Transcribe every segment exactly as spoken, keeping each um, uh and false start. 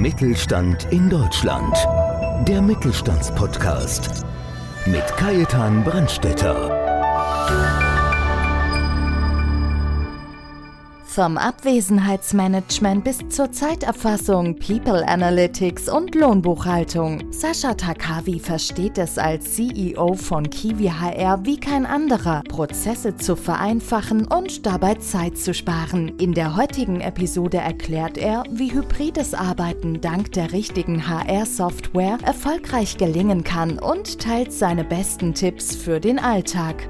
Mittelstand in Deutschland. Der Mittelstandspodcast mit Kajetan Brandstetter. Vom Abwesenheitsmanagement bis zur Zeiterfassung, People Analytics und Lohnbuchhaltung. Sascha Takavi versteht es als C E O von Kiwi H R wie kein anderer, Prozesse zu vereinfachen und dabei Zeit zu sparen. In der heutigen Episode erklärt er, wie hybrides Arbeiten dank der richtigen H R-Software erfolgreich gelingen kann und teilt seine besten Tipps für den Alltag.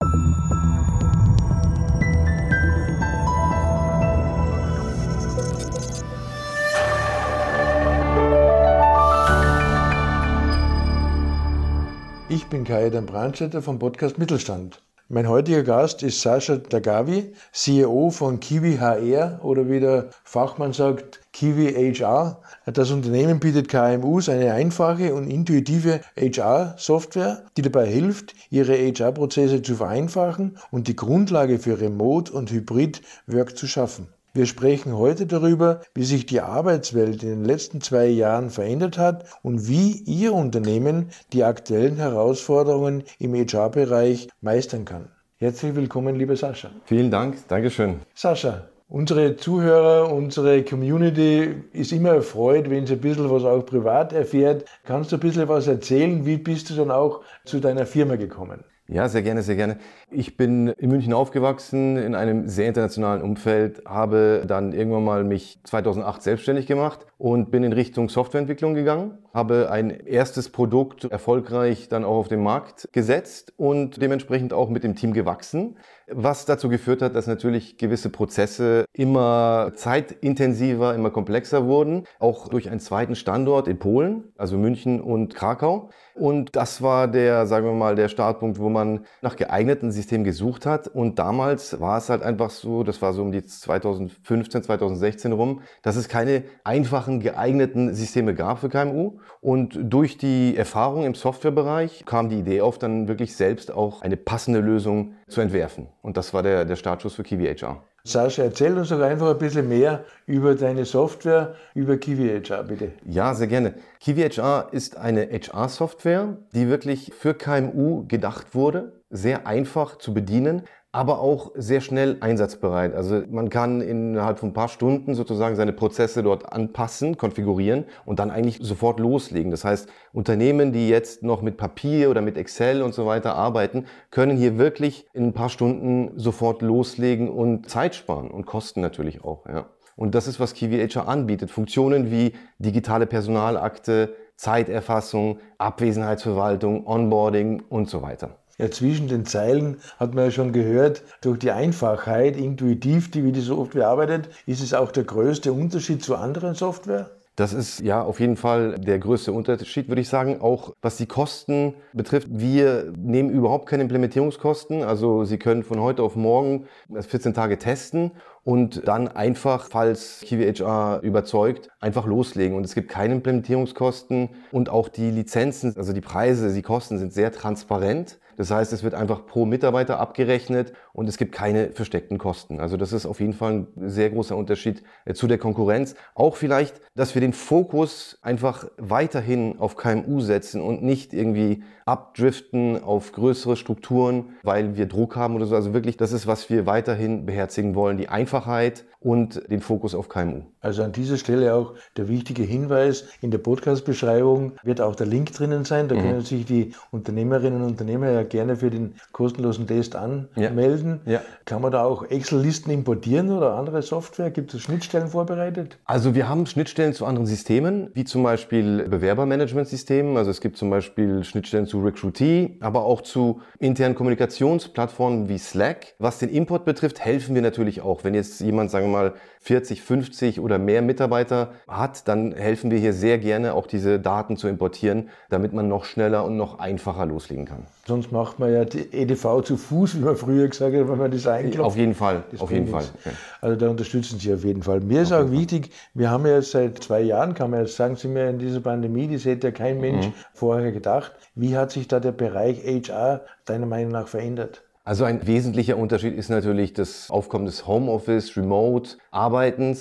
Ich bin Kajetan Brandstetter vom Podcast Mittelstand. Mein heutiger Gast ist Sascha Takavi, C E O von Kiwi H R oder wie der Fachmann sagt, Kiwi H R. Das Unternehmen bietet K M Us eine einfache und intuitive H R-Software, die dabei hilft, ihre H R-Prozesse zu vereinfachen und die Grundlage für Remote- und Hybrid-Work zu schaffen. Wir sprechen heute darüber, wie sich die Arbeitswelt in den letzten zwei Jahren verändert hat und wie Ihr Unternehmen die aktuellen Herausforderungen im H R-Bereich meistern kann. Herzlich willkommen, lieber Sascha. Vielen Dank, Dankeschön. Sascha, unsere Zuhörer, unsere Community ist immer erfreut, wenn sie ein bisschen was auch privat erfährt. Kannst du ein bisschen was erzählen? Wie bist du dann auch zu deiner Firma gekommen? Ja, sehr gerne, sehr gerne. Ich bin in München aufgewachsen, in einem sehr internationalen Umfeld, habe dann irgendwann mal mich zweitausendacht selbstständig gemacht und bin in Richtung Softwareentwicklung gegangen, habe ein erstes Produkt erfolgreich dann auch auf den Markt gesetzt und dementsprechend auch mit dem Team gewachsen, was dazu geführt hat, dass natürlich gewisse Prozesse immer zeitintensiver, immer komplexer wurden, auch durch einen zweiten Standort in Polen, also München und Krakau. Und das war der, sagen wir mal, der Startpunkt, wo man nach geeigneten Systemen gesucht hat. Und damals war es halt einfach so, das war so um die zweitausendfünfzehn, zweitausendsechzehn rum, dass es keine einfachen, geeigneten Systeme gab für K M U. Und durch die Erfahrung im Softwarebereich kam die Idee auf, dann wirklich selbst auch eine passende Lösung zu entwerfen. Und das war der, der Startschuss für Kiwi H R. Sascha, erzähl uns doch einfach ein bisschen mehr über deine Software, über Kiwi H R, bitte. Ja, sehr gerne. Kiwi H R ist eine H R-Software, die wirklich für K M U gedacht wurde, sehr einfach zu bedienen, aber auch sehr schnell einsatzbereit. Also man kann innerhalb von ein paar Stunden sozusagen seine Prozesse dort anpassen, konfigurieren und dann eigentlich sofort loslegen. Das heißt, Unternehmen, die jetzt noch mit Papier oder mit Excel und so weiter arbeiten, können hier wirklich in ein paar Stunden sofort loslegen und Zeit sparen und Kosten natürlich auch. Ja. Und das ist, was Kiwi H R anbietet. Funktionen wie digitale Personalakte, Zeiterfassung, Abwesenheitsverwaltung, Onboarding und so weiter. Ja, zwischen den Zeilen hat man ja schon gehört, durch die Einfachheit, intuitiv, die wie die Software arbeitet, ist es auch der größte Unterschied zu anderen Software? Das ist ja auf jeden Fall der größte Unterschied, würde ich sagen. Auch was die Kosten betrifft, wir nehmen überhaupt keine Implementierungskosten. Also Sie können von heute auf morgen vierzehn Tage testen und dann einfach, falls Kiwi H R überzeugt, einfach loslegen. Und es gibt keine Implementierungskosten und auch die Lizenzen, also die Preise, die Kosten sind sehr transparent. Das heißt, es wird einfach pro Mitarbeiter abgerechnet und es gibt keine versteckten Kosten. Also das ist auf jeden Fall ein sehr großer Unterschied zu der Konkurrenz. Auch vielleicht, dass wir den Fokus einfach weiterhin auf K M U setzen und nicht irgendwie abdriften auf größere Strukturen, weil wir Druck haben oder so. Also wirklich, das ist, was wir weiterhin beherzigen wollen, die Einfachheit und den Fokus auf K M U. Also an dieser Stelle auch der wichtige Hinweis, in der Podcast-Beschreibung wird auch der Link drinnen sein, da mhm. können sich die Unternehmerinnen und Unternehmer ja gerne für den kostenlosen Test anmelden. Ja. Ja. Kann man da auch Excel-Listen importieren oder andere Software? Gibt es Schnittstellen vorbereitet? Also wir haben Schnittstellen zu anderen Systemen, wie zum Beispiel Bewerbermanagementsystemen. Also es gibt zum Beispiel Schnittstellen zu Recruitee, aber auch zu internen Kommunikationsplattformen wie Slack. Was den Import betrifft, helfen wir natürlich auch. Wenn jetzt jemand, sagen wir mal, vierzig, fünfzig oder mehr Mitarbeiter hat, dann helfen wir hier sehr gerne, auch diese Daten zu importieren, damit man noch schneller und noch einfacher loslegen kann. Sonst macht man ja die E D V zu Fuß, wie man früher gesagt hat, wenn man das einklopft. Auf jeden Fall, auf jeden Fall. Okay. Also da unterstützen Sie auf jeden Fall. Mir ist auch wichtig, wir haben ja seit zwei Jahren, kann man jetzt sagen, sind wir in dieser Pandemie, das hätte ja kein Mensch mhm. vorher gedacht. Wie hat sich da der Bereich H R deiner Meinung nach verändert? Also ein wesentlicher Unterschied ist natürlich das Aufkommen des Homeoffice, Remote-Arbeitens.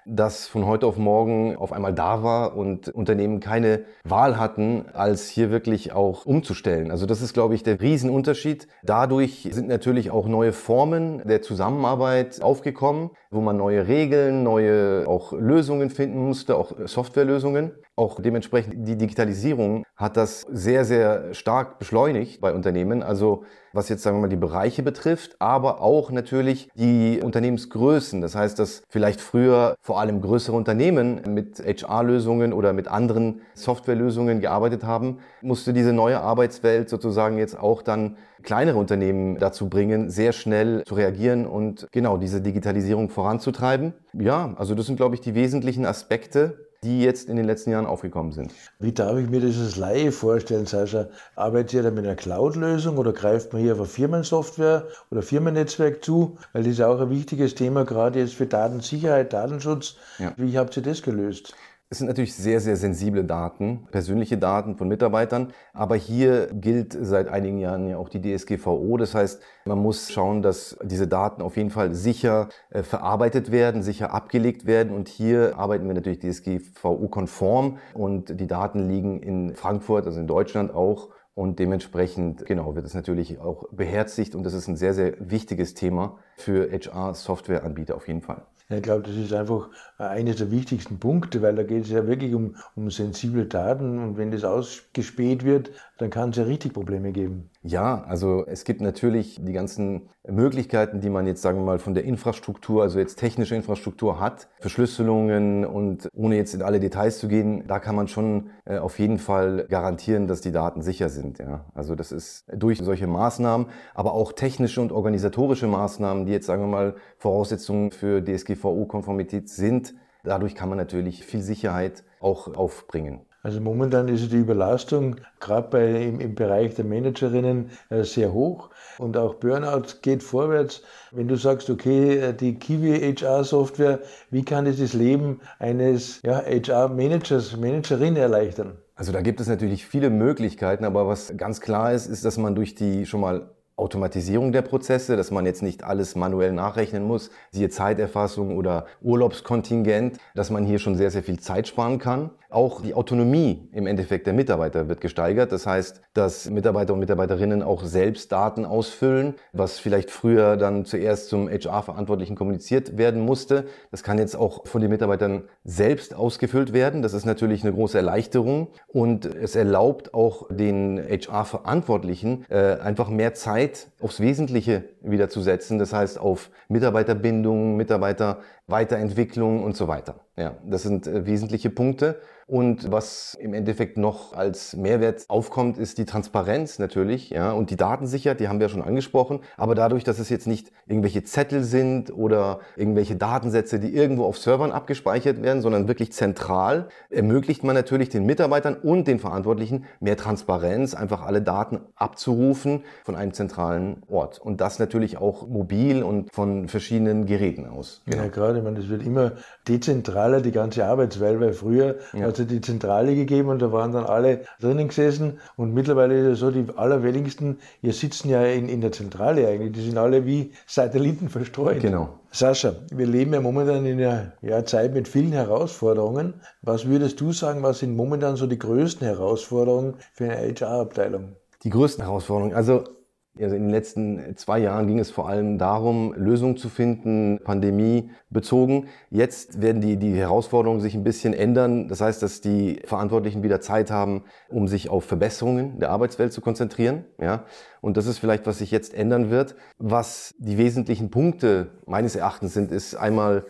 das von heute auf morgen auf einmal da war und Unternehmen keine Wahl hatten, als hier wirklich auch umzustellen. Also das ist, glaube ich, der Riesenunterschied. Dadurch sind natürlich auch neue Formen der Zusammenarbeit aufgekommen, wo man neue Regeln, neue auch Lösungen finden musste, auch Softwarelösungen. Auch dementsprechend die Digitalisierung hat das sehr, sehr stark beschleunigt bei Unternehmen. Also was jetzt, sagen wir mal, die Bereiche betrifft, aber auch natürlich die Unternehmensgrößen. Das heißt, dass vielleicht früher vor allem größere Unternehmen mit H R-Lösungen oder mit anderen Softwarelösungen gearbeitet haben, musste diese neue Arbeitswelt sozusagen jetzt auch dann kleinere Unternehmen dazu bringen, sehr schnell zu reagieren und genau diese Digitalisierung voranzutreiben. Ja, also das sind, glaube ich, die wesentlichen Aspekte, die jetzt in den letzten Jahren aufgekommen sind. Wie darf ich mir das als Laie vorstellen, Sascha? Arbeitet ihr da mit einer Cloud-Lösung oder greift man hier auf eine Firmensoftware oder Firmennetzwerk zu? Weil das ist auch ein wichtiges Thema, gerade jetzt für Datensicherheit, Datenschutz. Ja. Wie habt ihr das gelöst? Es sind natürlich sehr, sehr sensible Daten, persönliche Daten von Mitarbeitern. Aber hier gilt seit einigen Jahren ja auch die D S G V O. Das heißt, man muss schauen, dass diese Daten auf jeden Fall sicher äh, verarbeitet werden, sicher abgelegt werden. Und hier arbeiten wir natürlich D S G V O-konform. Und die Daten liegen in Frankfurt, also in Deutschland auch. Und dementsprechend, genau, wird es natürlich auch beherzigt. Und das ist ein sehr, sehr wichtiges Thema für H R-Softwareanbieter auf jeden Fall. Ich glaube, das ist einfach eines der wichtigsten Punkte, weil da geht es ja wirklich um, um sensible Daten und wenn das ausgespäht wird, dann kann es ja richtig Probleme geben. Ja, also es gibt natürlich die ganzen Möglichkeiten, die man jetzt, sagen wir mal, von der Infrastruktur, also jetzt technische Infrastruktur hat, Verschlüsselungen und ohne jetzt in alle Details zu gehen, da kann man schon äh, auf jeden Fall garantieren, dass die Daten sicher sind. Ja. Also das ist durch solche Maßnahmen, aber auch technische und organisatorische Maßnahmen, die jetzt, sagen wir mal, Voraussetzungen für D S G V O-Konformität sind. Dadurch kann man natürlich viel Sicherheit auch aufbringen. Also momentan ist die Überlastung gerade bei, im, im Bereich der Managerinnen äh, sehr hoch und auch Burnout geht vorwärts. Wenn du sagst, okay, die Kiwi H R-Software, wie kann es das Leben eines ja, H R-Managers, Managerin erleichtern? Also da gibt es natürlich viele Möglichkeiten, aber was ganz klar ist, ist, dass man durch die schon mal Automatisierung der Prozesse, dass man jetzt nicht alles manuell nachrechnen muss, siehe Zeiterfassung oder Urlaubskontingent, dass man hier schon sehr, sehr viel Zeit sparen kann. Auch die Autonomie im Endeffekt der Mitarbeiter wird gesteigert. Das heißt, dass Mitarbeiter und Mitarbeiterinnen auch selbst Daten ausfüllen, was vielleicht früher dann zuerst zum H R-Verantwortlichen kommuniziert werden musste. Das kann jetzt auch von den Mitarbeitern selbst ausgefüllt werden. Das ist natürlich eine große Erleichterung und es erlaubt auch den H R-Verantwortlichen äh, einfach mehr Zeit aufs Wesentliche wieder zu setzen. Das heißt auf Mitarbeiterbindung, Mitarbeiterweiterentwicklung und so weiter. Ja, das sind äh, wesentliche Punkte. Und was im Endeffekt noch als Mehrwert aufkommt, ist die Transparenz natürlich, ja, und die Datensicherheit, die haben wir ja schon angesprochen. Aber dadurch, dass es jetzt nicht irgendwelche Zettel sind oder irgendwelche Datensätze, die irgendwo auf Servern abgespeichert werden, sondern wirklich zentral, ermöglicht man natürlich den Mitarbeitern und den Verantwortlichen mehr Transparenz, einfach alle Daten abzurufen von einem zentralen Ort. Und das natürlich auch mobil und von verschiedenen Geräten aus. Genau. Ja, gerade, ich meine, das wird immer dezentraler, die ganze Arbeitswelt, weil früher ja. hat es die Zentrale gegeben und da waren dann alle drinnen gesessen und mittlerweile ist es so, die allerwenigsten hier sitzen ja in, in der Zentrale eigentlich, die sind alle wie Satelliten verstreut. Genau. Sascha, wir leben ja momentan in einer ja, Zeit mit vielen Herausforderungen. Was würdest du sagen, was sind momentan so die größten Herausforderungen für eine H R-Abteilung? Die größten Herausforderungen, also Also in den letzten zwei Jahren ging es vor allem darum, Lösungen zu finden, Pandemie bezogen. Jetzt werden die, die Herausforderungen sich ein bisschen ändern. Das heißt, dass die Verantwortlichen wieder Zeit haben, um sich auf Verbesserungen der Arbeitswelt zu konzentrieren. Ja. Und das ist vielleicht, was sich jetzt ändern wird. Was die wesentlichen Punkte meines Erachtens sind, ist einmal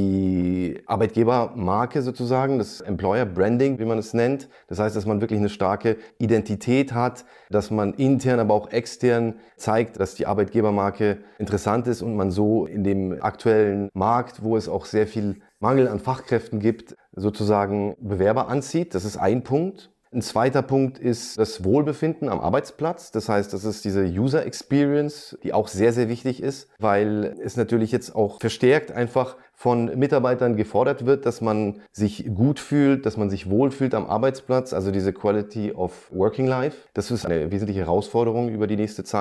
die Arbeitgebermarke sozusagen, das Employer Branding, wie man es nennt. Das heißt, dass man wirklich eine starke Identität hat, dass man intern, aber auch extern zeigt, dass die Arbeitgebermarke interessant ist und man so in dem aktuellen Markt, wo es auch sehr viel Mangel an Fachkräften gibt, sozusagen Bewerber anzieht. Das ist ein Punkt. Ein zweiter Punkt ist das Wohlbefinden am Arbeitsplatz. Das heißt, das ist diese User Experience, die auch sehr, sehr wichtig ist, weil es natürlich jetzt auch verstärkt einfach von Mitarbeitern gefordert wird, dass man sich gut fühlt, dass man sich wohlfühlt am Arbeitsplatz, also diese Quality of Working Life. Das ist eine wesentliche Herausforderung über die nächste Zeit.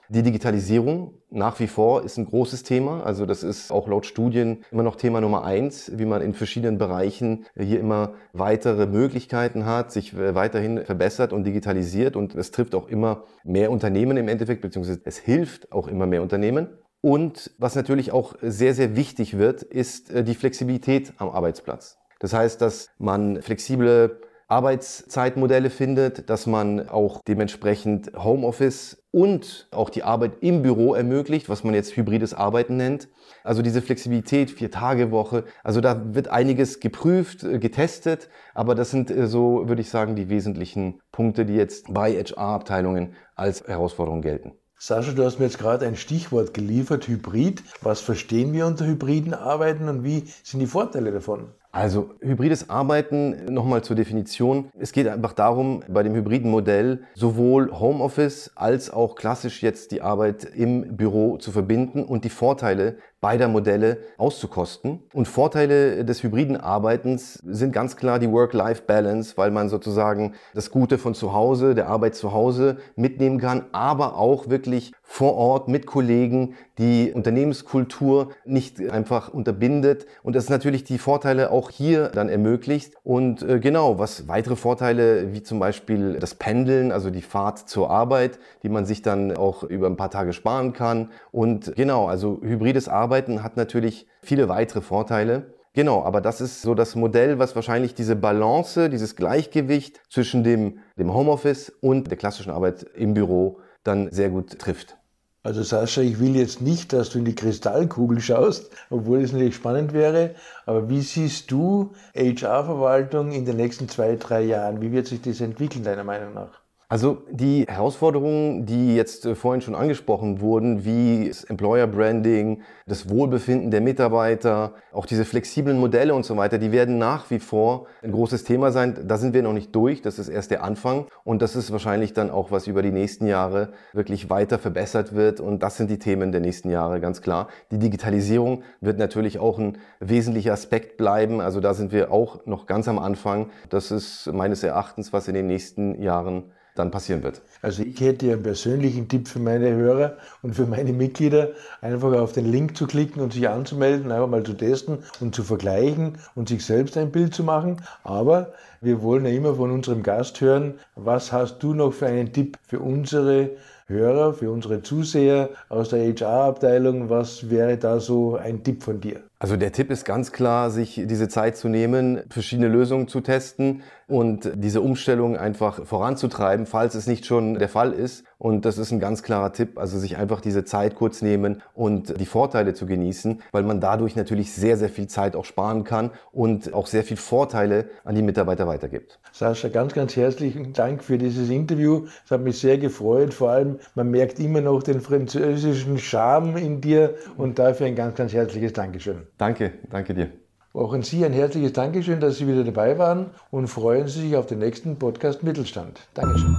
Die Digitalisierung nach wie vor ist ein großes Thema. Also das ist auch laut Studien immer noch Thema Nummer eins, wie man in verschiedenen Bereichen hier immer weitere Möglichkeiten hat, sich weiterhin verbessert und digitalisiert. Und es trifft auch immer mehr Unternehmen im Endeffekt, beziehungsweise es hilft auch immer mehr Unternehmen. Und was natürlich auch sehr, sehr wichtig wird, ist die Flexibilität am Arbeitsplatz. Das heißt, dass man flexible Arbeitszeitmodelle findet, dass man auch dementsprechend Homeoffice und auch die Arbeit im Büro ermöglicht, was man jetzt hybrides Arbeiten nennt. Also diese Flexibilität, Vier-Tage-Woche, also da wird einiges geprüft, getestet, aber das sind so, würde ich sagen, die wesentlichen Punkte, die jetzt bei H R-Abteilungen als Herausforderung gelten. Sascha, du hast mir jetzt gerade ein Stichwort geliefert, Hybrid. Was verstehen wir unter hybriden Arbeiten und wie sind die Vorteile davon? Also hybrides Arbeiten, nochmal zur Definition. Es geht einfach darum, bei dem hybriden Modell sowohl Homeoffice als auch klassisch jetzt die Arbeit im Büro zu verbinden und die Vorteile beider Modelle auszukosten. Und Vorteile des hybriden Arbeitens sind ganz klar die Work-Life-Balance, weil man sozusagen das Gute von zu Hause, der Arbeit zu Hause mitnehmen kann, aber auch wirklich vor Ort mit Kollegen die Unternehmenskultur nicht einfach unterbindet und das natürlich die Vorteile auch hier dann ermöglicht. Und äh, genau, was weitere Vorteile wie zum Beispiel das Pendeln, also die Fahrt zur Arbeit, die man sich dann auch über ein paar Tage sparen kann. Und genau, also hybrides Arbeiten hat natürlich viele weitere Vorteile. Genau, aber das ist so das Modell, was wahrscheinlich diese Balance, dieses Gleichgewicht zwischen dem, dem Homeoffice und der klassischen Arbeit im Büro dann sehr gut trifft. Also Sascha, ich will jetzt nicht, dass du in die Kristallkugel schaust, obwohl es natürlich spannend wäre, aber wie siehst du H R-Verwaltung in den nächsten zwei, drei Jahren? Wie wird sich das entwickeln, deiner Meinung nach? Also die Herausforderungen, die jetzt vorhin schon angesprochen wurden, wie das Employer Branding, das Wohlbefinden der Mitarbeiter, auch diese flexiblen Modelle und so weiter, die werden nach wie vor ein großes Thema sein. Da sind wir noch nicht durch, das ist erst der Anfang und das ist wahrscheinlich dann auch, was über die nächsten Jahre wirklich weiter verbessert wird und das sind die Themen der nächsten Jahre, ganz klar. Die Digitalisierung wird natürlich auch ein wesentlicher Aspekt bleiben, also da sind wir auch noch ganz am Anfang. Das ist meines Erachtens, was in den nächsten Jahren dann passieren wird. Also ich hätte ja einen persönlichen Tipp für meine Hörer und für meine Mitglieder, einfach auf den Link zu klicken und sich anzumelden, einfach mal zu testen und zu vergleichen und sich selbst ein Bild zu machen. Aber wir wollen ja immer von unserem Gast hören, was hast du noch für einen Tipp für unsere Hörer, für unsere Zuseher aus der H R-Abteilung? Was wäre da so ein Tipp von dir? Also der Tipp ist ganz klar, sich diese Zeit zu nehmen, verschiedene Lösungen zu testen und diese Umstellung einfach voranzutreiben, falls es nicht schon der Fall ist. Und das ist ein ganz klarer Tipp, also sich einfach diese Zeit kurz nehmen und die Vorteile zu genießen, weil man dadurch natürlich sehr, sehr viel Zeit auch sparen kann und auch sehr viel Vorteile an die Mitarbeiter weitergibt. Sascha, ganz, ganz herzlichen Dank für dieses Interview. Es hat mich sehr gefreut. Vor allem, man merkt immer noch den französischen Charme in dir und dafür ein ganz, ganz herzliches Dankeschön. Danke, danke dir. Auch an Sie ein herzliches Dankeschön, dass Sie wieder dabei waren und freuen Sie sich auf den nächsten Podcast Mittelstand. Dankeschön.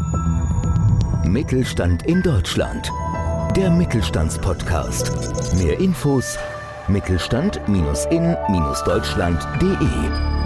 Mittelstand in Deutschland. Der Mittelstandspodcast. Mehr Infos mittelstand in Deutschland punkt de